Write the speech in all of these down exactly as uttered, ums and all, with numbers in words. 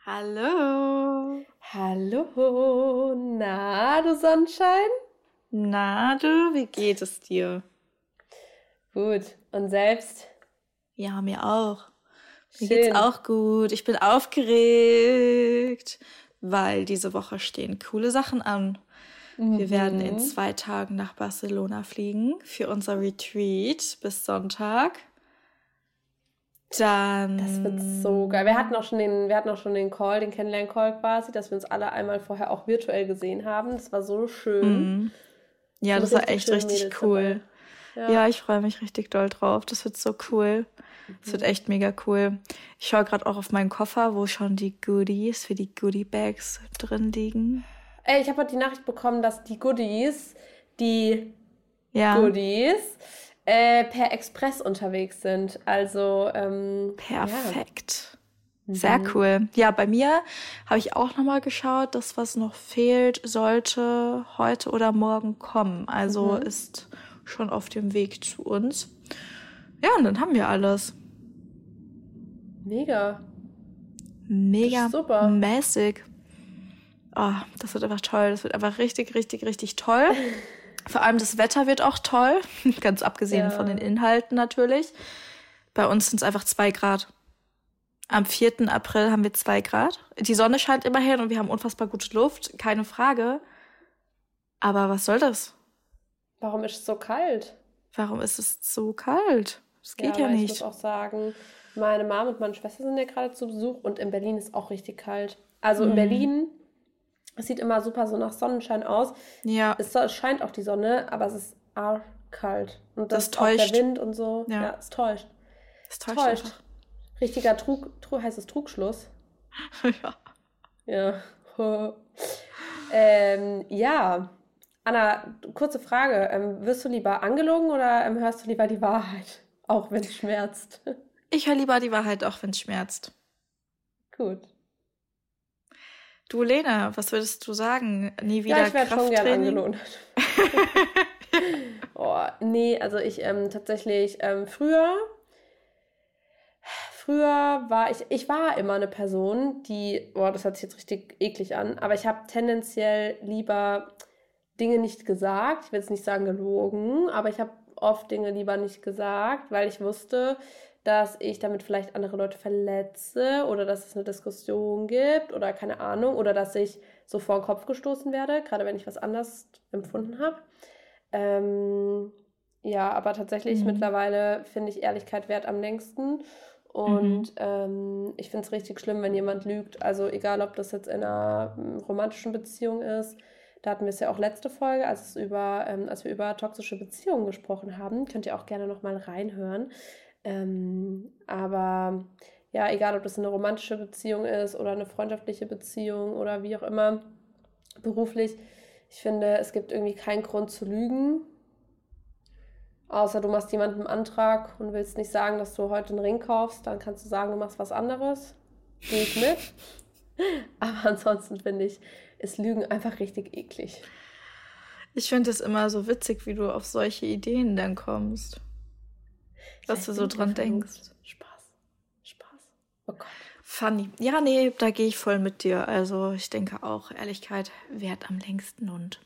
Hallo. Hallo, na, du Sonnenschein? Na du, wie geht es dir? Gut, und selbst? Ja, mir auch. Mir geht's Schön. auch gut. Ich bin aufgeregt, weil diese Woche stehen coole Sachen an. Wir werden in Mhm. zwei Tagen nach Barcelona fliegen für unser Retreat bis Sonntag. Dann. Das wird so geil. Wir hatten auch schon den, wir hatten auch schon den Call, den Kennenlern-Call quasi, dass wir uns alle einmal vorher auch virtuell gesehen haben. Das war so schön. Mhm. Ja, Sind das war richtig echt schöne richtig Mädels cool. dabei. Ja, Ja. ich freue mich richtig doll drauf. Das wird so cool. Das wird echt mega cool. Ich schaue gerade auch auf meinen Koffer, wo schon die Goodies für die Goodie-Bags drin liegen. Ey, ich habe heute die Nachricht bekommen, dass die Goodies, die Ja, Goodies, äh, per Express unterwegs sind. Also, ähm, ja. perfekt. Sehr cool. Ja, bei mir habe ich auch nochmal geschaut, dass was noch fehlt, sollte heute oder morgen kommen. Also ist schon auf dem Weg zu uns. Ja, und dann haben wir alles. Mega. Mega Das ist super. mäßig. Oh, das wird einfach toll. Das wird einfach richtig, richtig, richtig toll. Vor allem das Wetter wird auch toll. Ganz abgesehen Ja. von den Inhalten natürlich. Bei uns sind es einfach zwei Grad. Am vierten April haben wir zwei Grad. Die Sonne scheint immerhin und wir haben unfassbar gute Luft. Keine Frage. Aber was soll das? Warum ist es so kalt? Warum ist es so kalt? Das geht ja, aber ich muss nicht. auch sagen, meine Mom und meine Schwester sind ja gerade zu Besuch und in Berlin ist auch richtig kalt. Also in Berlin, es sieht immer super so nach Sonnenschein aus. Ja, Es, so- es scheint auch die Sonne, aber es ist arschkalt. Und das, Das ist auch der täuscht. Wind und so. Ja. Ja, es täuscht. das täuscht Täuscht. einfach. Richtiger Trug, Trug heißt es Trugschluss. Ja. Ja. ähm, ja. Anna, kurze Frage. Ähm, wirst du lieber angelogen oder ähm, hörst du lieber die Wahrheit? Auch wenn es schmerzt. Ich höre lieber die Wahrheit, auch wenn es schmerzt. Gut. Du, Lena, was würdest du sagen? Nie wieder Ja, ich werde schon gern Krafttraining? angelohnt. Oh, nee, also ich ähm, tatsächlich ähm, früher, früher war ich, ich war immer eine Person, die, boah, das hört sich jetzt richtig eklig an, aber ich habe tendenziell lieber Dinge nicht gesagt. Ich will jetzt nicht sagen gelogen, aber ich habe oft Dinge lieber nicht gesagt, weil ich wusste, dass ich damit vielleicht andere Leute verletze oder dass es eine Diskussion gibt oder keine Ahnung oder dass ich so vor den Kopf gestoßen werde, gerade wenn ich was anders empfunden habe. Ähm, ja, aber tatsächlich mittlerweile finde ich Ehrlichkeit wert am längsten. Und ähm, ich finde es richtig schlimm, wenn jemand lügt. Also egal, ob das jetzt in einer ähm, romantischen Beziehung ist. Da hatten wir es ja auch letzte Folge, als, es über, ähm, als wir über toxische Beziehungen gesprochen haben. Könnt ihr auch gerne nochmal reinhören. Ähm, aber ja, egal, ob das eine romantische Beziehung ist oder eine freundschaftliche Beziehung oder wie auch immer, beruflich. Ich finde, es gibt irgendwie keinen Grund zu lügen. Außer du machst jemandem einen Antrag und willst nicht sagen, dass du heute einen Ring kaufst, dann kannst du sagen, du machst was anderes. Gehe ich mit. Aber ansonsten finde ich, ist Lügen einfach richtig eklig. Ich finde es immer so witzig, wie du auf solche Ideen dann kommst. Was du so dran denkst. Spaß. Spaß. Oh Gott. Funny. Ja, nee, da gehe ich voll mit dir. Also ich denke auch, Ehrlichkeit währt am längsten und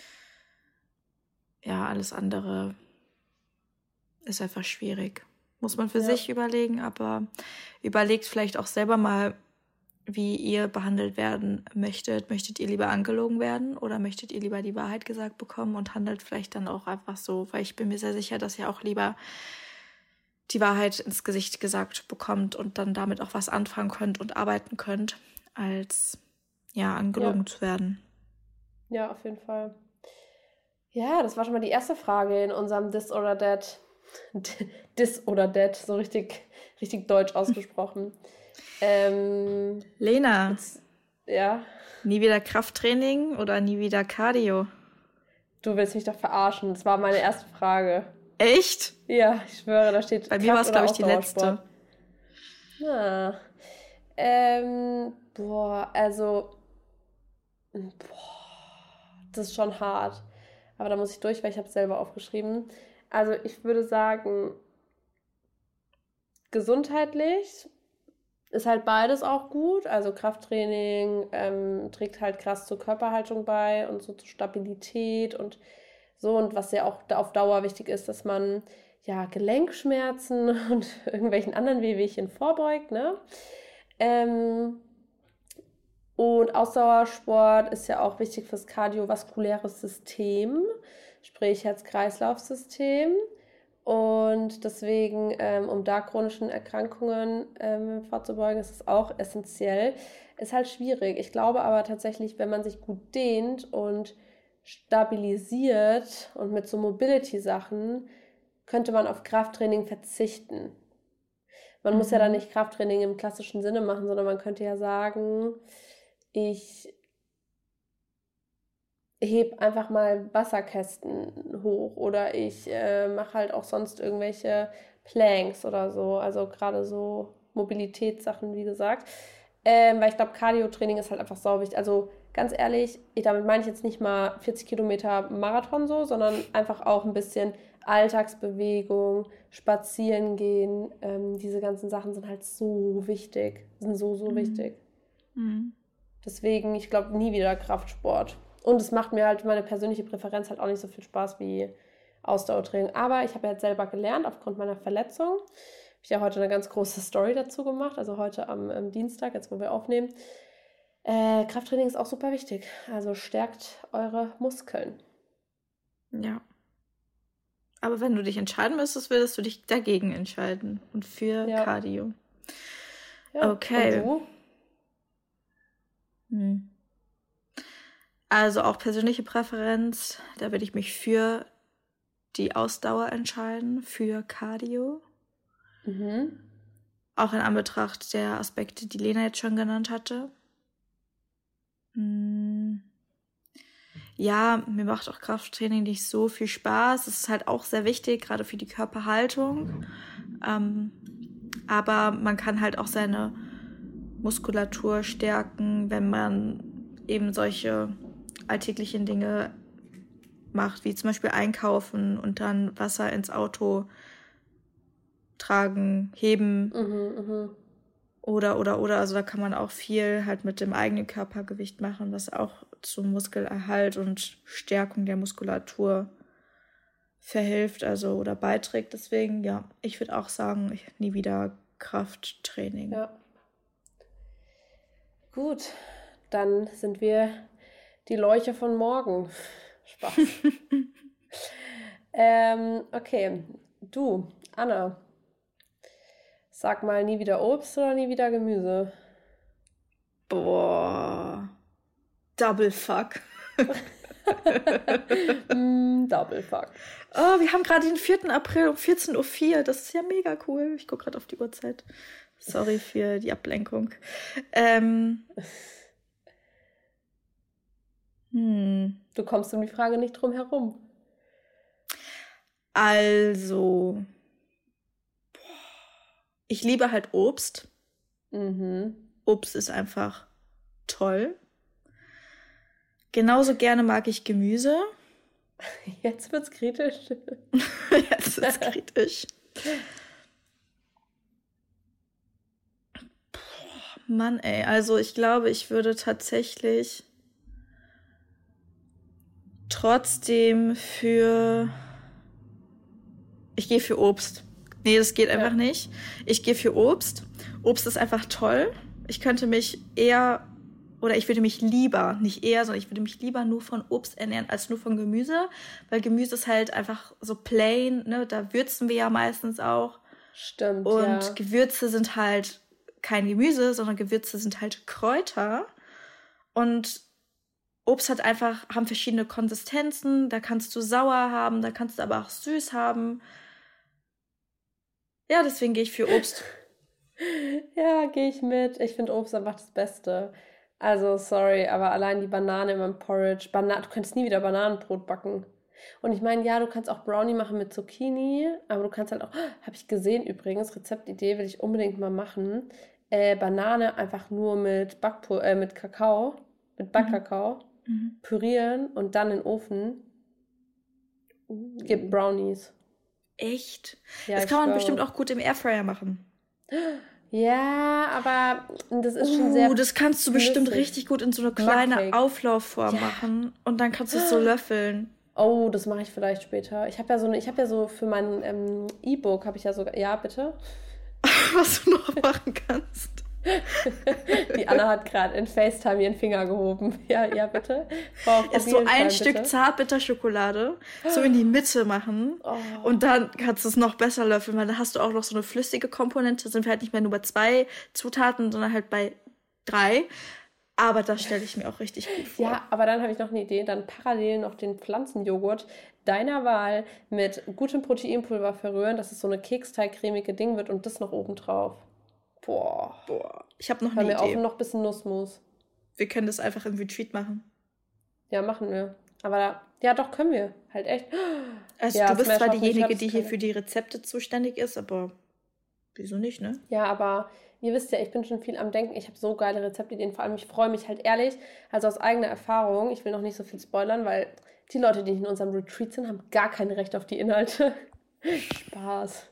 ja, alles andere ist einfach schwierig. Muss man für Ja. sich überlegen, aber überlegt vielleicht auch selber mal, wie ihr behandelt werden möchtet. Möchtet ihr lieber angelogen werden oder möchtet ihr lieber die Wahrheit gesagt bekommen und handelt vielleicht dann auch einfach so, weil ich bin mir sehr sicher, dass ihr auch lieber die Wahrheit ins Gesicht gesagt bekommt und dann damit auch was anfangen könnt und arbeiten könnt, als ja, angelogen Ja. zu werden. Ja, auf jeden Fall. Ja, das war schon mal die erste Frage in unserem This or That. This or That, so richtig, richtig deutsch ausgesprochen. ähm, Lena, jetzt, ja, nie wieder Krafttraining oder nie wieder Cardio? du willst mich doch verarschen. Das war meine erste Frage. Echt? Ja, ich schwöre, da steht Bei mir war es, Kraft- oder glaube ich, die letzte. Ausdauersport. Na, ähm, boah, also, boah, das ist schon hart. Aber da muss ich durch, weil ich habe es selber aufgeschrieben. Also ich würde sagen, gesundheitlich ist halt beides auch gut. Also Krafttraining ähm, trägt halt krass zur Körperhaltung bei und so zur Stabilität und so. Und was ja auch da auf Dauer wichtig ist, dass man ja Gelenkschmerzen und irgendwelchen anderen Wehwehchen vorbeugt, ne? Ähm, und Ausdauersport ist ja auch wichtig fürs kardiovaskuläre System, sprich Herz-Kreislauf-System. Und deswegen, ähm, um da chronischen Erkrankungen ähm, vorzubeugen, ist es auch essentiell. Ist halt schwierig. Ich glaube aber tatsächlich, wenn man sich gut dehnt und stabilisiert und mit so Mobility-Sachen, könnte man auf Krafttraining verzichten. Man mhm. muss ja dann nicht Krafttraining im klassischen Sinne machen, sondern man könnte ja sagen, ich heb einfach mal Wasserkästen hoch oder ich äh, mache halt auch sonst irgendwelche Planks oder so, also gerade so Mobilitätssachen, wie gesagt, ähm, weil ich glaube, Cardio-Training ist halt einfach sau wichtig. Also ganz ehrlich, ich, damit meine ich jetzt nicht mal vierzig Kilometer Marathon so, sondern einfach auch ein bisschen Alltagsbewegung, spazieren gehen, ähm, diese ganzen Sachen sind halt so wichtig, sind so, so mhm. wichtig. Mhm. Deswegen, ich glaube, nie wieder Kraftsport. Und es macht mir halt meine persönliche Präferenz halt auch nicht so viel Spaß wie Ausdauertraining. Aber ich habe ja jetzt selber gelernt, aufgrund meiner Verletzung. Habe ich ja heute eine ganz große Story dazu gemacht. Also heute am, am Dienstag, jetzt wo wir aufnehmen. Äh, Krafttraining ist auch super wichtig. Also stärkt eure Muskeln. Ja. Aber wenn du dich entscheiden müsstest, würdest du dich dagegen entscheiden. Und für ja. Cardio. Ja. Okay. Und du? Hm. Also auch persönliche Präferenz, da würde ich mich für die Ausdauer entscheiden, für Cardio. Mhm. Auch in Anbetracht der Aspekte, die Lena jetzt schon genannt hatte. Hm. Ja, mir macht auch Krafttraining nicht so viel Spaß. Es ist halt auch sehr wichtig, gerade für die Körperhaltung. Ähm, aber man kann halt auch seine Muskulatur stärken, wenn man eben solche alltäglichen Dinge macht, wie zum Beispiel einkaufen und dann Wasser ins Auto tragen, heben mhm, mh. oder, oder, oder. Also da kann man auch viel halt mit dem eigenen Körpergewicht machen, was auch zum Muskelerhalt und Stärkung der Muskulatur verhilft, also oder beiträgt. Deswegen, ja, ich würde auch sagen, ich nie wieder Krafttraining. Ja. Gut, dann sind wir die Leuche von morgen. Spaß. ähm, okay, du, Anna, sag mal, nie wieder Obst oder nie wieder Gemüse? Boah, Double Fuck. mm, Double Fuck. Oh, wir haben gerade den vierten April um vierzehn Uhr vier. Das ist ja mega cool. Ich gucke gerade auf die Uhrzeit. Sorry für die Ablenkung. Ähm... Hm. Du kommst um die Frage nicht drum herum. Also, ich liebe halt Obst. Mhm. Obst ist einfach toll. Genauso gerne mag ich Gemüse. Jetzt wird's kritisch. Jetzt wird's kritisch. Boah, Mann, ey. Also ich glaube, ich würde tatsächlich trotzdem für... Ich gehe für Obst. Nee, das geht einfach ja. nicht. Ich gehe für Obst. Obst ist einfach toll. Ich könnte mich eher, oder ich würde mich lieber, nicht eher, sondern ich würde mich lieber nur von Obst ernähren, als nur von Gemüse. Weil Gemüse ist halt einfach so plain, ne? Da würzen wir ja meistens auch. Stimmt, Und ja. Gewürze sind halt kein Gemüse, sondern Gewürze sind halt Kräuter. Und Obst hat einfach, haben verschiedene Konsistenzen. Da kannst du sauer haben, da kannst du aber auch süß haben. Ja, deswegen gehe ich für Obst. Ja, gehe ich mit. Ich finde Obst einfach das Beste. Also, sorry, aber allein die Banane in meinem Porridge. Bana- du könntest nie wieder Bananenbrot backen. Und ich meine, ja, du kannst auch Brownie machen mit Zucchini, aber du kannst halt auch, habe ich gesehen übrigens, Rezeptidee will ich unbedingt mal machen, äh, Banane einfach nur mit Backpu- äh, mit Kakao, mit Backkakao Mhm. pürieren und dann in den Ofen. Gibt Brownies. Echt? Ja, das ich kann man schwöre. bestimmt auch gut im Airfryer machen. Ja, aber das ist schon sehr Uh, das kannst du bestimmt flüssig. richtig gut in so eine kleine Backcake. Auflaufform Ja. machen und dann kannst du es so löffeln. Oh, das mache ich vielleicht später. Ich habe ja so eine, ich habe ja so für mein ähm, E-Book habe ich ja sogar. Ja, bitte. Was du noch machen kannst. Die Anna hat gerade in FaceTime ihren Finger gehoben. Ja, ja, bitte. Frau Ist so ein Mobilschein, Stück bitte. Zartbitterschokolade so in die Mitte machen Oh. und dann kannst du es noch besser löffeln, weil dann hast du auch noch so eine flüssige Komponente. Sind wir halt nicht mehr nur bei zwei Zutaten, sondern halt bei drei. Aber das stelle ich mir auch richtig gut vor. Ja, aber dann habe ich noch eine Idee. Dann parallel noch den Pflanzenjoghurt deiner Wahl mit gutem Proteinpulver verrühren, dass es so eine Keksteig-cremige Ding wird und das noch oben drauf. Boah. Boah, ich habe noch Hör eine mir auf Idee. und noch ein bisschen Nussmus. Wir können das einfach im Retreat machen. Ja, machen wir. Aber da, ja, doch, können wir. Halt echt. Also Ja, du bist Smash zwar Up, ich diejenige, hab's die hier keine- für die Rezepte zuständig ist, aber wieso nicht, ne? Ja, aber ihr wisst ja, ich bin schon viel am Denken. Ich habe so geile Rezeptideen. Vor allem, ich freue mich halt ehrlich, also aus eigener Erfahrung. Ich will noch nicht so viel spoilern, weil die Leute, die in unserem Retreat sind, haben gar kein Recht auf die Inhalte. Spaß.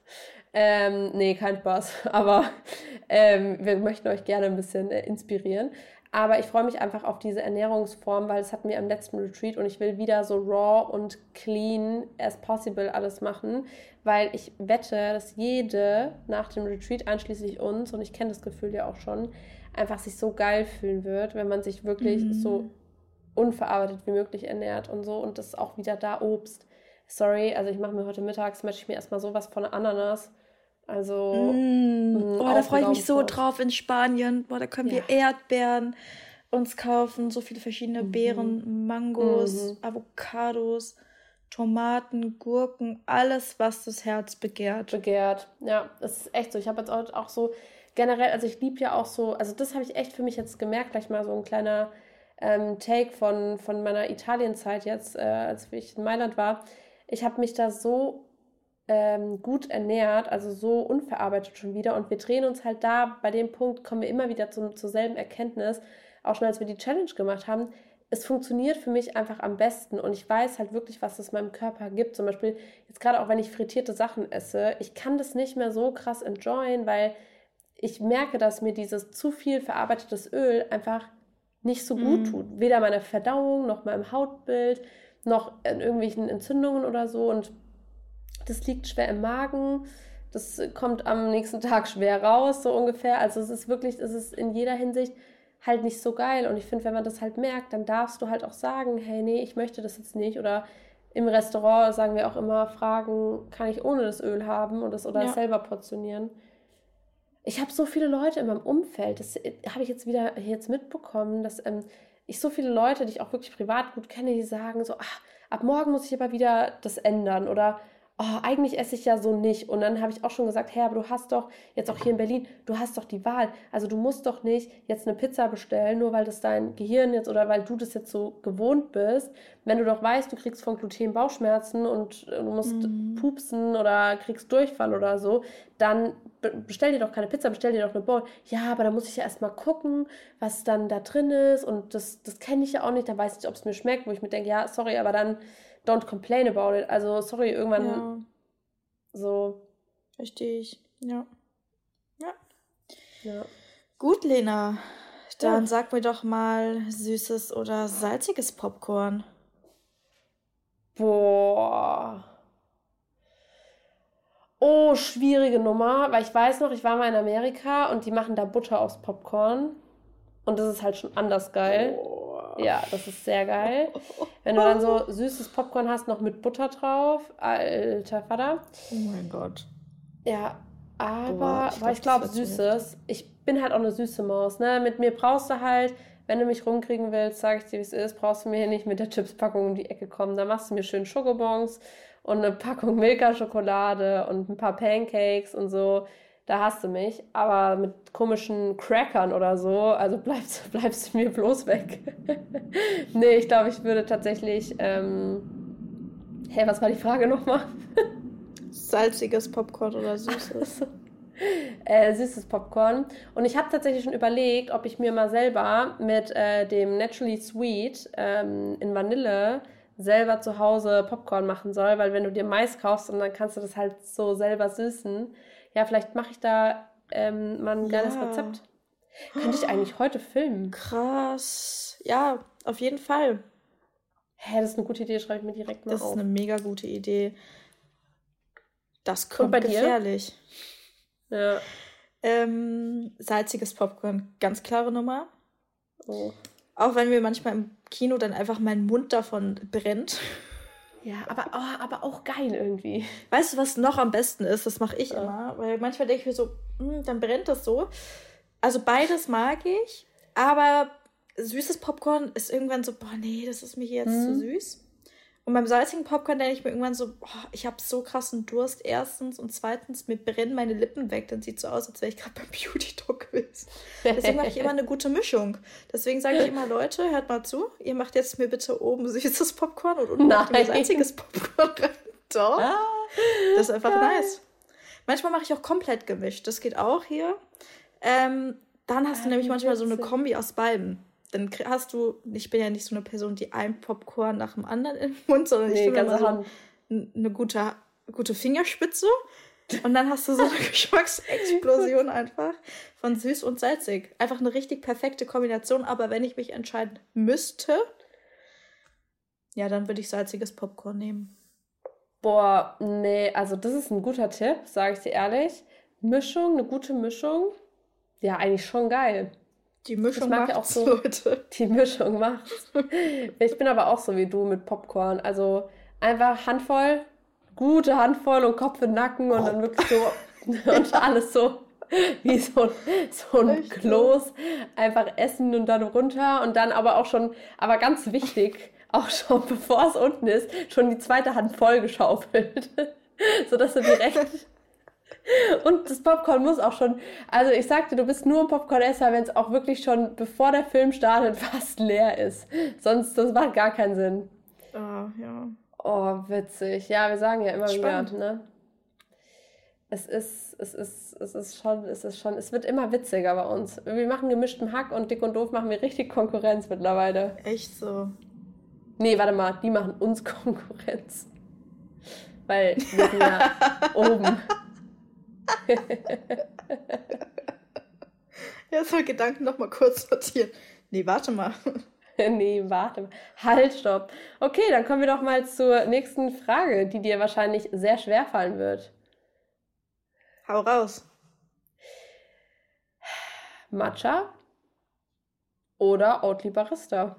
Ähm, nee, kein Spaß. Aber ähm, wir möchten euch gerne ein bisschen äh, inspirieren. Aber ich freue mich einfach auf diese Ernährungsform, weil das hatten wir am letzten Retreat und ich will wieder so raw und clean as possible alles machen, weil ich wette, dass jede nach dem Retreat, einschließlich uns, und ich kenne das Gefühl ja auch schon, einfach sich so geil fühlen wird, wenn man sich wirklich Mhm. so unverarbeitet wie möglich ernährt und so. Und das ist auch wieder da Obst. Sorry, also ich mache mir heute mittags, matche ich mir erstmal sowas von Ananas. Also, Mm. mm, Oh, auf da den freue ich mich so Daumen drauf in Spanien. Boah, da können wir Ja. Erdbeeren uns kaufen, so viele verschiedene Beeren, Mangos, Mhm. Avocados, Tomaten, Gurken, alles, was das Herz begehrt. begehrt. Ja, das ist echt so. Ich habe jetzt auch, auch so generell, also ich liebe ja auch so, also das habe ich echt für mich jetzt gemerkt, gleich mal so ein kleiner ähm, Take von, von meiner Italienzeit jetzt, äh, als ich in Mailand war. Ich habe mich da so ähm, gut ernährt, also so unverarbeitet schon wieder. Und wir drehen uns halt da, bei dem Punkt kommen wir immer wieder zum, zur selben Erkenntnis, auch schon als wir die Challenge gemacht haben. Es funktioniert für mich einfach am besten und ich weiß halt wirklich, was es meinem Körper gibt. Zum Beispiel jetzt gerade auch, wenn ich frittierte Sachen esse, ich kann das nicht mehr so krass enjoyen, weil ich merke, dass mir dieses zu viel verarbeitetes Öl einfach nicht so gut Mm. tut. Weder meiner Verdauung, noch meinem Hautbild, noch in irgendwelchen Entzündungen oder so. Und das liegt schwer im Magen. Das kommt am nächsten Tag schwer raus, so ungefähr. Also es ist wirklich, es ist in jeder Hinsicht halt nicht so geil. Und ich finde, wenn man das halt merkt, dann darfst du halt auch sagen, hey, nee, ich möchte das jetzt nicht. Oder im Restaurant sagen wir auch immer, fragen, kann ich ohne das Öl haben und das oder Ja. selber portionieren. Ich habe so viele Leute in meinem Umfeld, das habe ich jetzt wieder jetzt mitbekommen, dass ähm, ich so viele Leute, die ich auch wirklich privat gut kenne, die sagen so, ach, ab morgen muss ich aber wieder das ändern oder oh, eigentlich esse ich ja so nicht. Und dann habe ich auch schon gesagt, hey, aber du hast doch, jetzt auch hier in Berlin, du hast doch die Wahl. Also du musst doch nicht jetzt eine Pizza bestellen, nur weil das dein Gehirn jetzt oder weil du das jetzt so gewohnt bist. Wenn du doch weißt, du kriegst von Gluten Bauchschmerzen und du musst Mhm. pupsen oder kriegst Durchfall oder so, dann be- bestell dir doch keine Pizza, bestell dir doch eine Bowl. Ja, aber da muss ich ja erstmal gucken, was dann da drin ist und das, das kenne ich ja auch nicht, da weiß ich nicht, ob es mir schmeckt, wo ich mir denke, ja, sorry, aber dann don't complain about it. Also, sorry, irgendwann Ja, so, verstehe ich. Ja. Ja. ja. Gut, Lena. Dann Ja. sag mir doch mal süßes oder salziges Popcorn. Boah. Oh, schwierige Nummer, weil ich weiß noch, ich war mal in Amerika und die machen da Butter aufs Popcorn. Und das ist halt schon anders geil. Boah. Ja, das ist sehr geil. Wenn du dann so süßes Popcorn hast, noch mit Butter drauf, alter Vater. Oh mein Gott. Ja, aber Boah, ich ich, glaub, ich glaube das wird zu Süßes. Ich bin halt auch eine süße Maus, ne? Mit mir brauchst du halt, wenn du mich rumkriegen willst, sage ich dir, wie es ist, brauchst du mir hier nicht mit der Chipspackung um die Ecke kommen. Da machst du mir schön Schokobons und eine Packung Milka-Schokolade und ein paar Pancakes und so. Da hast du mich. Aber mit komischen Crackern oder so, also bleibst, bleibst du mir bloß weg. Nee, ich glaube, ich würde tatsächlich. Ähm... Hey, was war die Frage nochmal? Salziges Popcorn oder süßes? Äh, süßes Popcorn. Und ich habe tatsächlich schon überlegt, ob ich mir mal selber mit äh, dem Naturally Sweet ähm, in Vanille selber zu Hause Popcorn machen soll, weil wenn du dir Mais kaufst und dann kannst du das halt so selber süßen. Ja, vielleicht mache ich da ähm, mal ein geiles Ja. Rezept. Könnte ich eigentlich heute filmen? Krass. Ja, auf jeden Fall. Hä, das ist eine gute Idee, schreibe ich mir direkt mal Das ist auf. eine mega gute Idee. Das Und kommt bei dir? gefährlich. Ja. Ähm, salziges Popcorn, ganz klare Nummer. Oh. Auch wenn mir manchmal im Kino dann einfach mein Mund davon brennt. Ja, aber, oh, aber auch geil irgendwie. Weißt du, was noch am besten ist? Das mache ich Ja. immer. Weil manchmal denke ich mir so, hm, dann brennt das so. Also beides mag ich, aber süßes Popcorn ist irgendwann so, boah, nee, das ist mir hier jetzt zu Mhm. süß. Und beim salzigen Popcorn denke ich mir irgendwann so, boah, ich habe so krassen Durst, erstens. Und zweitens, mir brennen meine Lippen weg. Dann sieht es so aus, als wäre ich gerade beim Beauty-Talk gewesen. Deswegen mache ich immer eine gute Mischung. Deswegen sage ich immer, Leute, hört mal zu. Ihr macht jetzt mir bitte oben süßes Popcorn und unten macht ihr mir Nein. salziges Popcorn rein. Doch. Ah, Das ist einfach geil. nice. Manchmal mache ich auch komplett gemischt. Das geht auch hier. Ähm, dann hast du Ah, nämlich wie manchmal so eine witzig. Kombi aus beiden. Dann krie- hast du, ich bin ja nicht so eine Person, die ein Popcorn nach dem anderen in den Mund, sondern ich Nee, finde ganze immer so Hand. n- eine gute, gute Fingerspitze. Und dann hast du so eine Geschmacksexplosion einfach von süß und salzig. Einfach eine richtig perfekte Kombination. Aber wenn ich mich entscheiden müsste, ja, dann würde ich salziges Popcorn nehmen. Boah, nee, also das ist ein guter Tipp, sage ich dir ehrlich. Mischung, eine gute Mischung. Ja, eigentlich schon geil. Die Mischung mag ja macht's, auch so- Leute. Die Mischung macht's. Ich bin aber auch so wie du mit Popcorn. Also einfach Handvoll, gute Handvoll und Kopf in den Nacken und dann wirklich so und alles so wie so, ein- so ein Echt so. Kloß. Einfach essen und dann runter und dann aber auch schon, aber ganz wichtig, auch schon bevor es unten ist, schon die zweite Hand voll geschaufelt. Sodass du direkt. Und das Popcorn muss auch schon, also ich sagte, du bist nur ein Popcornesser, wenn es auch wirklich schon, bevor der Film startet, fast leer ist. Sonst, das macht gar keinen Sinn. Ah, ja. Oh, witzig. Ja, wir sagen ja immer Spannend. wieder, ne? Es ist, es ist, es ist schon, es ist schon, es wird immer witziger bei uns. Wir machen gemischten Hack und Dick und Doof machen wir richtig Konkurrenz mittlerweile. Echt so. Nee, warte mal, die machen uns Konkurrenz. Weil wir sind ja oben. Ja, so Gedanken noch mal kurz sortieren. Nee, warte mal. Nee, warte mal. Halt, stopp. Okay, dann kommen wir doch mal zur nächsten Frage, die dir wahrscheinlich sehr schwer fallen wird. Hau raus. Matcha oder Oatly Barista?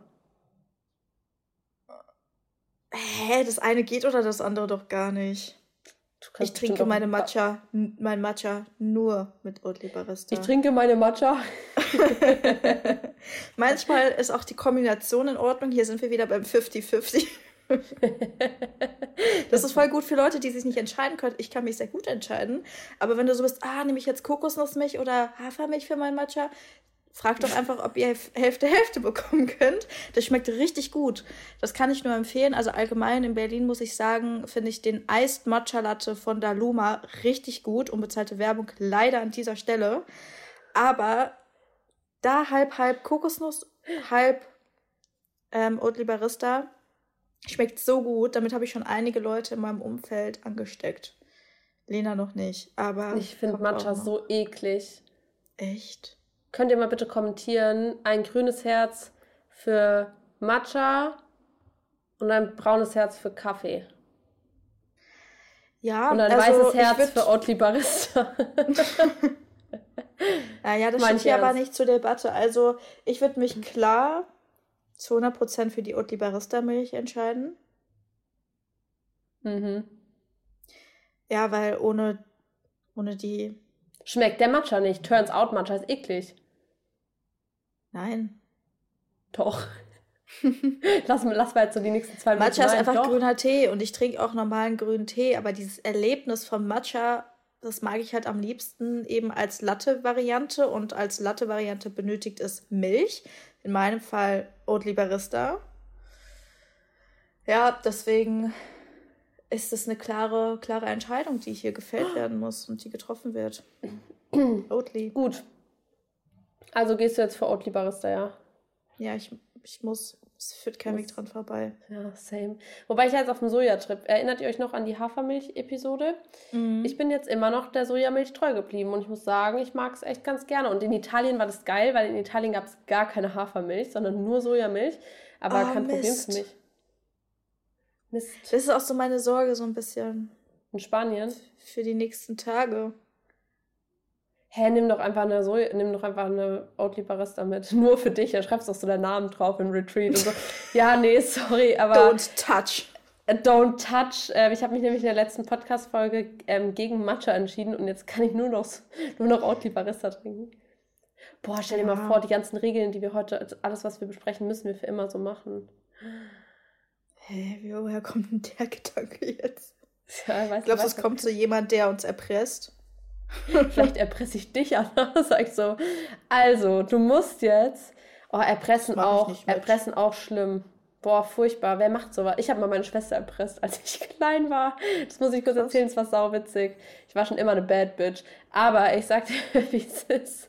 Hä, das eine geht oder das andere doch gar nicht. Du kannst Ich trinke bestimmt auch- meine Matcha, n- mein Matcha nur mit Oatly Barista. Ich trinke meine Matcha. Manchmal ist auch die Kombination in Ordnung. Hier sind wir wieder beim fünfzig fünfzig. Das ist voll gut für Leute, die sich nicht entscheiden können. Ich kann mich sehr gut entscheiden. Aber wenn du so bist, ah, nehme ich jetzt Kokosnussmilch oder Hafermilch für meinen Matcha, frag doch einfach, ob ihr Hälfte Hälfte bekommen könnt. Das schmeckt richtig gut. Das kann ich nur empfehlen. Also allgemein in Berlin muss ich sagen, finde ich den Iced Matcha Latte von Daluma richtig gut. Unbezahlte Werbung leider an dieser Stelle. Aber da halb, halb Kokosnuss, halb ähm, Oatly Barista. Schmeckt so gut. Damit habe ich schon einige Leute in meinem Umfeld angesteckt. Lena noch nicht, aber Ich finde kommt auch Matcha noch. so eklig. Echt? Könnt ihr mal bitte kommentieren? Ein grünes Herz für Matcha und ein braunes Herz für Kaffee. Ja, Und ein also weißes Herz ich würd, für Oatly Barista. Naja, das Mein steht hier aber Ernst. nicht zur Debatte. Also ich würde mich klar zu hundert Prozent für die Oatly Barista Milch entscheiden. Mhm. Ja, weil ohne, ohne die... Schmeckt der Matcha nicht. Turns out, Matcha ist eklig. Nein. Doch. lass, lass mal jetzt so die nächsten zwei Minuten Matcha ist rein. einfach Doch. grüner Tee und ich trinke auch normalen grünen Tee, aber dieses Erlebnis vom Matcha, das mag ich halt am liebsten eben als Latte-Variante und als Latte-Variante benötigt es Milch. In meinem Fall Oatly Barista. Ja, deswegen ist es eine klare, klare Entscheidung, die hier gefällt werden muss und die getroffen wird. Oatly. Gut. Also gehst du jetzt für Oatly Barista, ja? Ja, ich, ich muss. Es führt kein Weg dran vorbei. Ja, same. Wobei ich jetzt auf dem Sojatrip. Erinnert ihr euch noch an die Hafermilch-Episode? Mhm. Ich bin jetzt immer noch der Sojamilch treu geblieben und ich muss sagen, ich mag es echt ganz gerne. Und in Italien war das geil, weil in Italien gab es gar keine Hafermilch, sondern nur Sojamilch. Aber Oh, kein Problem Mist. für mich. Mist. Das ist auch so meine Sorge, so ein bisschen In Spanien? für die nächsten Tage. Hä, nimm doch einfach eine Soja, nimm doch einfach eine Oatly Barista mit. Nur für dich. Da schreibst doch so deinen Namen drauf im Retreat und so. Ja, nee, sorry, aber. Don't touch. Äh, Don't touch. Äh, ich habe mich nämlich in der letzten Podcast-Folge ähm, gegen Matcha entschieden und jetzt kann ich nur noch, nur noch Oatly Barista trinken. Boah, stell dir Ja. mal vor, die ganzen Regeln, die wir heute, also alles, was wir besprechen, müssen wir für immer so machen. Hä, hey, woher kommt denn der Gedanke jetzt? Ja, weißt Ich glaube, du, es kommt so jemand, der uns erpresst. Vielleicht erpresse ich dich an. Sag ich so. Also, du musst jetzt. Oh, erpressen Das mach ich auch. nicht mit. Erpressen auch schlimm. Boah, furchtbar. Wer macht sowas? Ich habe mal meine Schwester erpresst, als ich klein war. Das muss ich kurz Krass. erzählen, es war sauwitzig. Ich war schon immer eine Bad Bitch. Aber ich sag dir, wie es ist.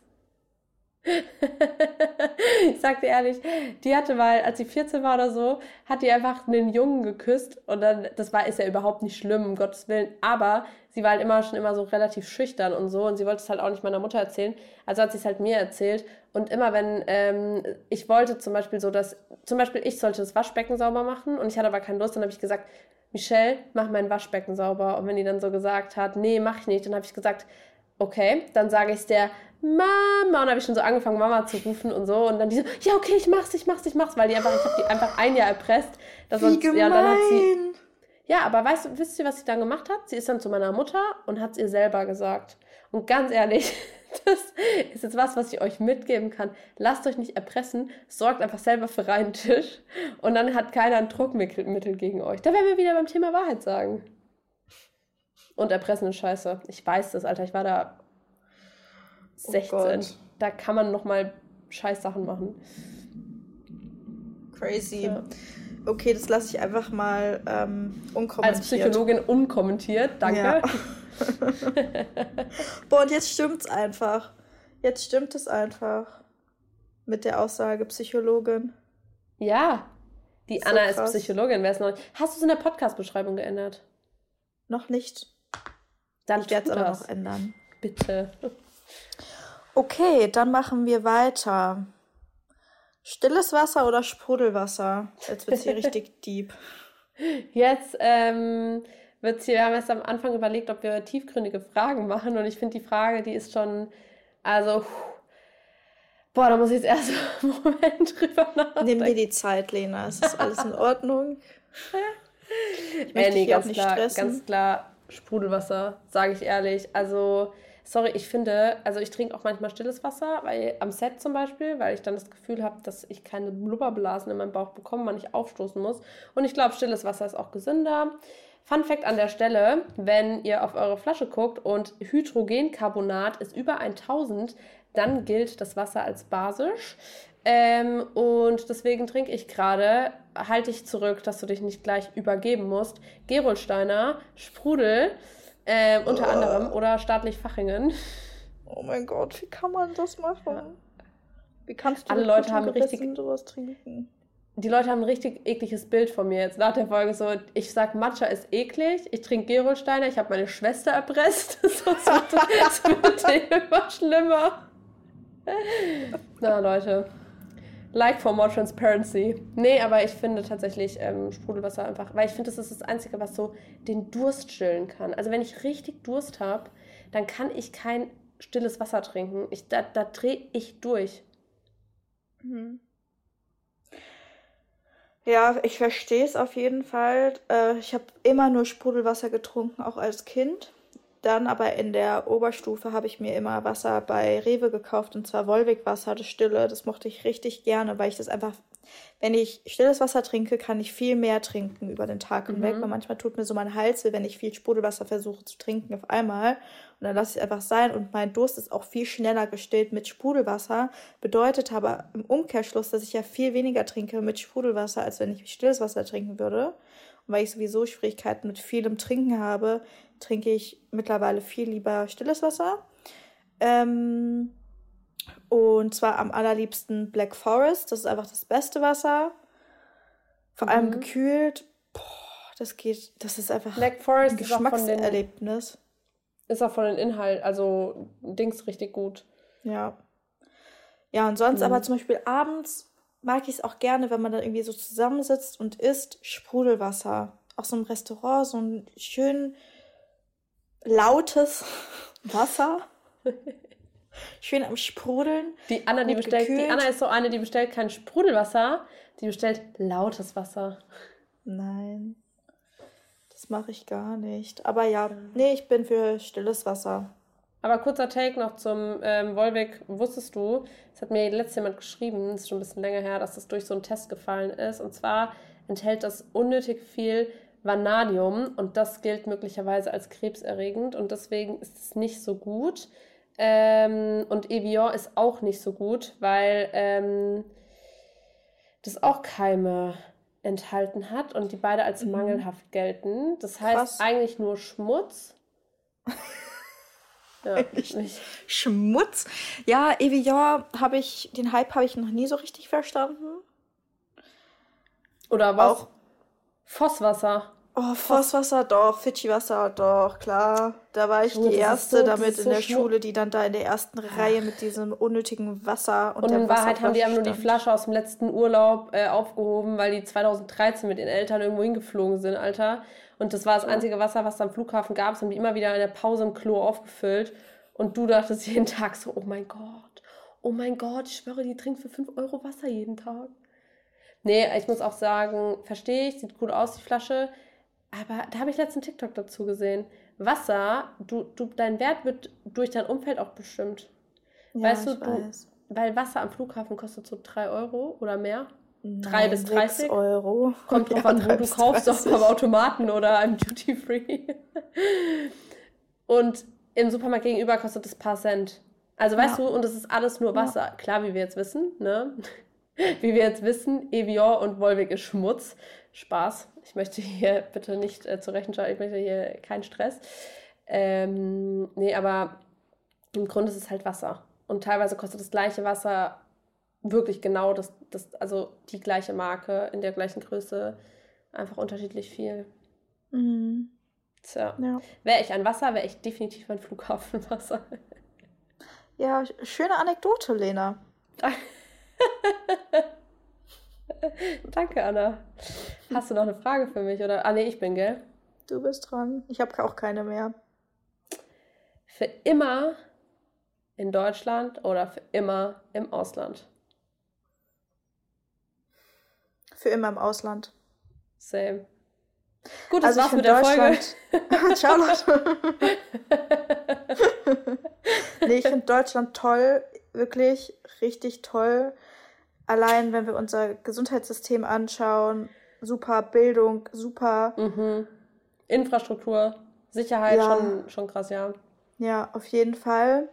Ich sag dir ehrlich, die hatte mal, als sie vierzehn war oder so, hat die einfach einen Jungen geküsst und dann, das war, ist ja überhaupt nicht schlimm, um Gottes Willen, aber sie war halt immer schon immer so relativ schüchtern und so und sie wollte es halt auch nicht meiner Mutter erzählen, also hat sie es halt mir erzählt und immer wenn, ähm, ich wollte zum Beispiel so, dass, zum Beispiel ich sollte das Waschbecken sauber machen und ich hatte aber keine Lust, dann habe ich gesagt, Michelle, mach mein Waschbecken sauber und wenn die dann so gesagt hat, nee, mach ich nicht, dann habe ich gesagt, okay, dann sage ich es der Mama. Und dann habe ich schon so angefangen, Mama zu rufen und so. Und dann die so, ja, okay, ich mach's, ich mach's, ich mach's. Weil die einfach, ich habe die einfach ein Jahr erpresst. Dass Wie uns, gemein. ja, und dann hat sie, ja, aber weißt du, wisst ihr, was sie dann gemacht hat? Sie ist dann zu meiner Mutter und hat es ihr selber gesagt. Und ganz ehrlich, das ist jetzt was, was ich euch mitgeben kann. Lasst euch nicht erpressen, sorgt einfach selber für reinen Tisch. Und dann hat keiner ein Druckmittel gegen euch. Da wären wir wieder beim Thema Wahrheit sagen. Und erpressen ist scheiße. Ich weiß das, Alter. Ich war da sechzehn. Gott. Da kann man nochmal Scheißsachen machen. Crazy. Ja. Okay, das lasse ich einfach mal ähm, unkommentiert. Als Psychologin unkommentiert, danke. Ja. Boah, und jetzt stimmt's einfach. Jetzt stimmt es einfach. Mit der Aussage Psychologin. Ja, die So Anna krass. ist Psychologin, wer es noch nicht. Hast du es in der Podcast-Beschreibung geändert? Noch nicht. Dann Ich werde es tu aber das. noch ändern. Bitte. Okay, dann machen wir weiter. Stilles Wasser oder Sprudelwasser? Jetzt wird's hier richtig deep. Jetzt ähm, wird's hier, wir haben erst am Anfang überlegt, ob wir tiefgründige Fragen machen und ich finde die Frage, die ist schon, also, puh, boah, da muss ich jetzt erst einen Moment drüber nachdenken. Nimm dir die Zeit, Lena. Es ist alles in Ordnung. Ich möchte Äh, nee, dich auch ganz nicht klar, stressen. ganz klar Sprudelwasser, sage ich ehrlich. Also, sorry, ich finde, also ich trinke auch manchmal stilles Wasser, weil am Set zum Beispiel, weil ich dann das Gefühl habe, dass ich keine Blubberblasen in meinem Bauch bekomme, man nicht aufstoßen muss. Und ich glaube, stilles Wasser ist auch gesünder. Fun Fact an der Stelle, wenn ihr auf eure Flasche guckt und Hydrogencarbonat ist über tausend, dann gilt das Wasser als basisch. Ähm, und deswegen trinke ich gerade, halte ich zurück, dass du dich nicht gleich übergeben musst, Gerolsteiner, Sprudel, ähm, unter Oh. anderem, oder staatlich Fachingen. Oh mein Gott, wie kann man das machen? Ja. Wie kannst du Alle mit Leute gutem haben Gewissen richtig- sowas trinken? Die Leute haben ein richtig ekliges Bild von mir jetzt nach der Folge. So, ich sag, Matcha ist eklig, ich trinke Gerolsteiner, ich habe meine Schwester erpresst. So, es wird, es wird immer schlimmer. Na, Leute. Like for more transparency. Nee, aber ich finde tatsächlich ähm, Sprudelwasser einfach, weil ich finde, das ist das Einzige, was so den Durst stillen kann. Also wenn ich richtig Durst habe, dann kann ich kein stilles Wasser trinken. Ich, da da drehe ich durch. Mhm. Ja, ich verstehe es auf jeden Fall. Äh, ich habe immer nur Sprudelwasser getrunken, auch als Kind. Dann aber in der Oberstufe habe ich mir immer Wasser bei Rewe gekauft, und zwar Wolwig-Wasser, das Stille. Das mochte ich richtig gerne, weil ich das einfach, wenn ich stilles Wasser trinke, kann ich viel mehr trinken über den Tag hinweg. Mhm. Weil manchmal tut mir so mein Hals weh, wenn ich viel Sprudelwasser versuche zu trinken auf einmal. Und dann lasse ich es einfach sein, und mein Durst ist auch viel schneller gestillt mit Sprudelwasser. Bedeutet aber im Umkehrschluss, dass ich ja viel weniger trinke mit Sprudelwasser, als wenn ich stilles Wasser trinken würde. Und weil ich sowieso Schwierigkeiten mit vielem Trinken habe, trinke ich mittlerweile viel lieber stilles Wasser. Ähm, Und zwar am allerliebsten Black Forest. Das ist einfach das beste Wasser. Vor allem Mhm. gekühlt. Boah, das geht, das ist einfach Black ein Forest ist auch von den, Geschmackserlebnis. ist auch von den Inhalt, also Dings richtig gut. Ja. Ja, und sonst aber Mhm. zum Beispiel abends mag ich es auch gerne, wenn man dann irgendwie so zusammensitzt und isst Sprudelwasser. Auch so im Restaurant, so ein schön lautes Wasser. Schön am Sprudeln, Die Anna, die gut bestellt, die Anna gekühlt. ist so eine, die bestellt kein Sprudelwasser, die bestellt lautes Wasser. Nein, das mache ich gar nicht. Aber ja, nee, ich bin für stilles Wasser. Aber kurzer Take noch zum ähm, Volvic. Wusstest du, das hat mir letztes jemand geschrieben, das ist schon ein bisschen länger her, dass das durch so einen Test gefallen ist. Und zwar enthält das unnötig viel Vanadium und das gilt möglicherweise als krebserregend und deswegen ist es nicht so gut. Ähm, und Evian ist auch nicht so gut, weil ähm, das auch Keime enthalten hat und die beide als Mhm. mangelhaft gelten. Das heißt Krass. eigentlich nur Schmutz. Ja, Eigentlich ich, Schmutz. Ja, Evian habe ich, den Hype habe ich noch nie so richtig verstanden. oder was? Auch, Fosswasser. oh, Foss. Fosswasser doch, Fidschi-Wasser doch, klar. Da war ich Junge, die das ist Erste so, das damit ist in so der schmu Schule, die dann da in der ersten Reihe mit diesem unnötigen Wasser und Und der in Wahrheit haben die Wasserflasche einfach nur die stand. Flasche aus dem letzten Urlaub äh, aufgehoben, weil die zweitausenddreizehn mit den Eltern irgendwo hingeflogen sind, Alter. Und das war das Ja. einzige Wasser, was es am Flughafen gab. Das haben die immer wieder in der Pause im Klo aufgefüllt. Und du dachtest jeden Tag so, oh mein Gott, oh mein Gott, ich schwöre, die trinkt für fünf Euro Wasser jeden Tag. Nee, ich muss auch sagen, verstehe ich, sieht cool aus, die Flasche. Aber da habe ich letzten TikTok dazu gesehen. Wasser, du, du, dein Wert wird durch dein Umfeld auch bestimmt. Ja, Weißt du, ich du, weiß. weil Wasser am Flughafen kostet so drei Euro oder mehr. drei bis Nein, sechs dreißig. Euro. Kommt drauf Ja, an, wo drei du bis kaufst, ob dreißig. am Automaten oder im Duty Free. Und im Supermarkt gegenüber kostet es ein paar Cent. Also weißt Ja, du, und es ist alles nur ja. Wasser. Klar, wie wir jetzt wissen, ne? Wie wir jetzt wissen, Evian und Volvic ist Schmutz. Spaß. Ich möchte hier bitte nicht äh, zur Rechenschaft, ich möchte hier keinen Stress. Ähm, nee, aber im Grunde ist es halt Wasser. Und teilweise kostet das gleiche Wasser wirklich genau das, das, also die gleiche Marke in der gleichen Größe, einfach unterschiedlich viel. Mhm. Tja. Ja. Wäre ich ein Wasser, wäre ich definitiv ein Flughafenwasser. Ja, sch- schöne Anekdote, Lena. Danke, Anna. Hast du noch eine Frage für mich? Oder? Ah, nee, ich bin, gell? Du bist dran. Ich habe auch keine mehr. Für immer in Deutschland oder für immer im Ausland? Für immer im Ausland. Same. Gut, das Also ich war's mit finde der Folge. Deutschland. Ciao, Leute. Nee, ich finde Deutschland toll. Wirklich richtig toll. Allein, wenn wir unser Gesundheitssystem anschauen. Super Bildung, super. Mhm. Infrastruktur, Sicherheit, Ja, schon, schon krass, ja. ja, auf jeden Fall.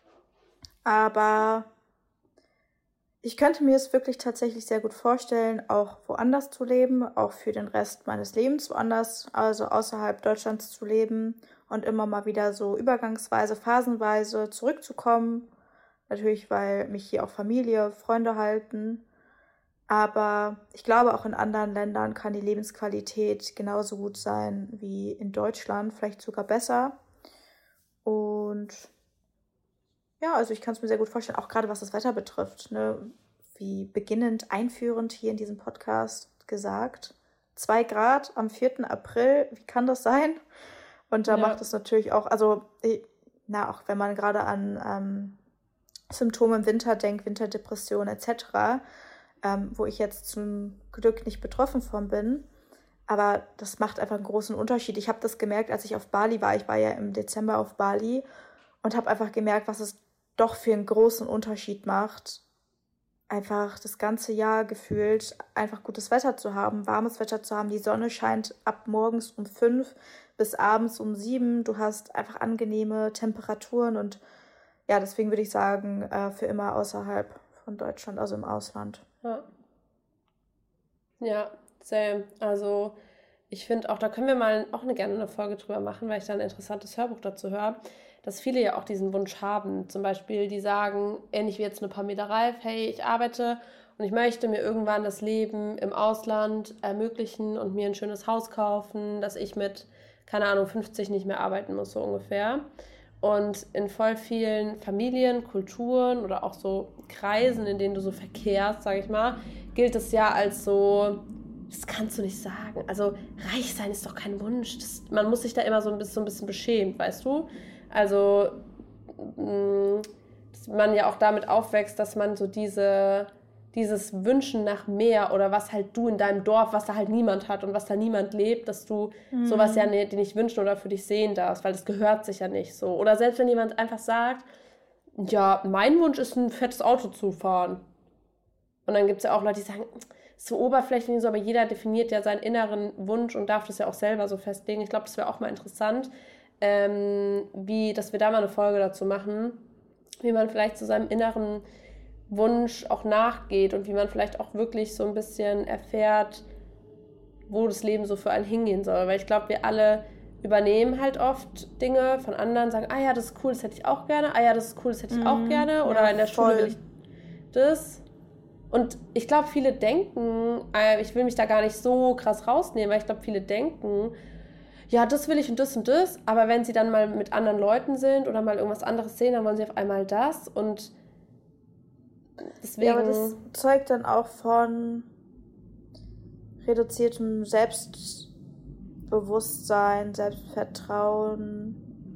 Aber ich könnte mir es wirklich tatsächlich sehr gut vorstellen, auch woanders zu leben, auch für den Rest meines Lebens woanders, also außerhalb Deutschlands zu leben und immer mal wieder so übergangsweise, phasenweise zurückzukommen. Natürlich, weil mich hier auch Familie, Freunde halten. Aber ich glaube, auch in anderen Ländern kann die Lebensqualität genauso gut sein wie in Deutschland, vielleicht sogar besser. Und ja, also ich kann es mir sehr gut vorstellen, auch gerade was das Wetter betrifft, ne? Wie beginnend einführend hier in diesem Podcast gesagt. Zwei Grad am vierten April, wie kann das sein? Und da macht Ja, es natürlich auch, also, eh, na, auch wenn man gerade an ähm, Symptome im Winter denkt, Winterdepression et cetera, ähm, wo ich jetzt zum Glück nicht betroffen von bin. Aber das macht einfach einen großen Unterschied. Ich habe das gemerkt, als ich auf Bali war. Ich war ja im Dezember auf Bali und habe einfach gemerkt, was es doch für einen großen Unterschied macht, einfach das ganze Jahr gefühlt einfach gutes Wetter zu haben, warmes Wetter zu haben. Die Sonne scheint ab morgens um fünf bis abends um sieben. Du hast einfach angenehme Temperaturen und ja, deswegen würde ich sagen, äh, für immer außerhalb von Deutschland, also im Ausland. ja. Ja, same. Also ich finde auch, da können wir mal auch eine, gerne eine Folge drüber machen, weil ich da ein interessantes Hörbuch dazu höre. dass viele ja auch diesen Wunsch haben. Zum Beispiel, die sagen, ähnlich wie jetzt eine Pamela Reif, hey, ich arbeite und ich möchte mir irgendwann das Leben im Ausland ermöglichen und mir ein schönes Haus kaufen, dass ich mit, keine Ahnung, fünfzig nicht mehr arbeiten muss, so ungefähr. Und in voll vielen Familien, Kulturen oder auch so Kreisen, in denen du so verkehrst, sage ich mal, gilt es ja als so, das kannst du nicht sagen. Also reich sein ist doch kein Wunsch. Das, man muss sich da immer so ein bisschen, so ein bisschen beschämt, weißt du? Also, mh, dass man ja auch damit aufwächst, dass man so diese, dieses Wünschen nach mehr oder was halt du in deinem Dorf, was da halt niemand hat und was da niemand lebt, dass du mhm. sowas ja nicht, nicht wünschen oder für dich sehen darfst, weil das gehört sich ja nicht so. Oder selbst wenn jemand einfach sagt, ja, mein Wunsch ist, ein fettes Auto zu fahren. Und dann gibt es ja auch Leute, die sagen, so oberflächlich so, aber jeder definiert ja seinen inneren Wunsch und darf das ja auch selber so festlegen. Ich glaube, das wäre auch mal interessant, ähm, wie, dass wir da mal eine Folge dazu machen, wie man vielleicht zu seinem inneren Wunsch auch nachgeht und wie man vielleicht auch wirklich so ein bisschen erfährt, wo das Leben so für einen hingehen soll. Weil ich glaube, wir alle übernehmen halt oft Dinge von anderen, sagen, ah ja, das ist cool, das hätte ich auch gerne, ah ja, das ist cool, das hätte ich auch gerne, oder ja, in der voll. Schule will ich das. Und ich glaube, viele denken, äh, ich will mich da gar nicht so krass rausnehmen, weil ich glaube, viele denken, ja, das will ich und das und das, aber wenn sie dann mal mit anderen Leuten sind oder mal irgendwas anderes sehen, dann wollen sie auf einmal das und deswegen... Ja, aber das zeugt dann auch von reduziertem Selbstbewusstsein, Selbstvertrauen,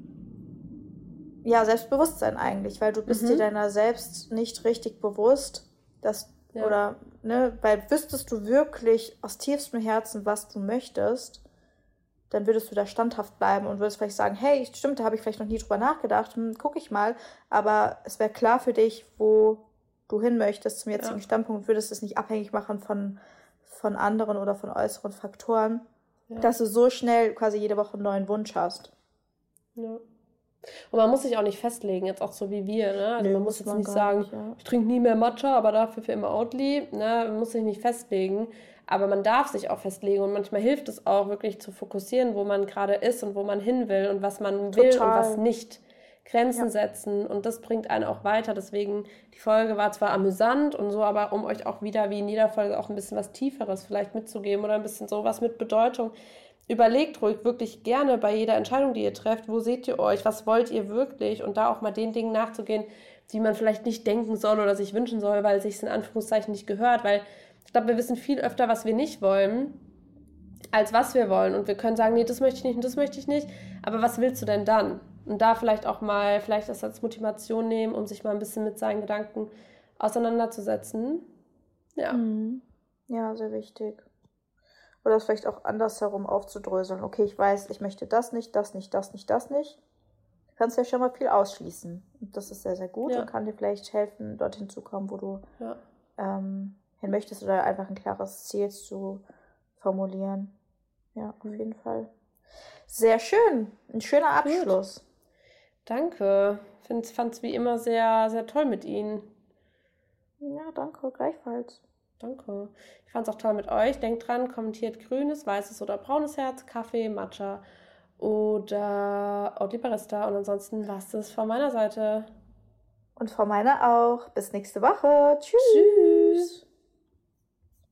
ja, Selbstbewusstsein eigentlich, weil du bist mhm. dir deiner selbst nicht richtig bewusst, dass ja. oder, ne, weil wüsstest du wirklich aus tiefstem Herzen, was du möchtest, dann würdest du da standhaft bleiben und würdest vielleicht sagen, hey, stimmt, da habe ich vielleicht noch nie drüber nachgedacht, hm, guck ich mal, aber es wäre klar für dich, wo du hin möchtest zum jetzigen ja. Standpunkt, würdest es nicht abhängig machen von, von anderen oder von äußeren Faktoren, ja. dass du so schnell quasi jede Woche einen neuen Wunsch hast. Ja. Und man muss sich auch nicht festlegen, jetzt auch so wie wir, ne? Also nee, man muss jetzt man nicht sagen, nicht, ja. ich trinke nie mehr Matcha, aber dafür für immer Oatly, ne? Man muss sich nicht festlegen, aber man darf sich auch festlegen und manchmal hilft es auch wirklich zu fokussieren, wo man gerade ist und wo man hin will und was man Total. will und was nicht. Grenzen ja. setzen und das bringt einen auch weiter, deswegen die Folge war zwar amüsant und so, aber um euch auch wieder wie in jeder Folge auch ein bisschen was Tieferes vielleicht mitzugeben oder ein bisschen sowas mit Bedeutung. Überlegt ruhig wirklich gerne bei jeder Entscheidung, die ihr trefft, wo seht ihr euch, was wollt ihr wirklich und da auch mal den Dingen nachzugehen, die man vielleicht nicht denken soll oder sich wünschen soll, weil es sich in Anführungszeichen nicht gehört, weil ich glaube, wir wissen viel öfter, was wir nicht wollen, als was wir wollen und wir können sagen, nee, das möchte ich nicht und das möchte ich nicht, aber was willst du denn dann? Und da vielleicht auch mal, vielleicht das als Motivation nehmen, um sich mal ein bisschen mit seinen Gedanken auseinanderzusetzen. Ja. Mhm. Ja, sehr wichtig. Oder es vielleicht auch andersherum aufzudröseln. Okay, ich weiß, ich möchte das nicht, das nicht, das nicht, das nicht. Du kannst ja schon mal viel ausschließen. Und das ist sehr, sehr gut ja. und kann dir vielleicht helfen, dorthin zu kommen, wo du ja. ähm, hin möchtest oder einfach ein klares Ziel zu formulieren. Ja, auf mhm. jeden Fall. Sehr schön. Ein schöner Abschluss. Gut. Danke. Ich fand es wie immer sehr, sehr toll mit Ihnen. Ja, danke. Gleichfalls. Danke. Ich fand es auch toll mit euch. Denkt dran, kommentiert grünes, weißes oder braunes Herz, Kaffee, Matcha oder Oatly Barista. Und ansonsten war es das von meiner Seite. Und von meiner auch. Bis nächste Woche. Tschüss. Tschüss.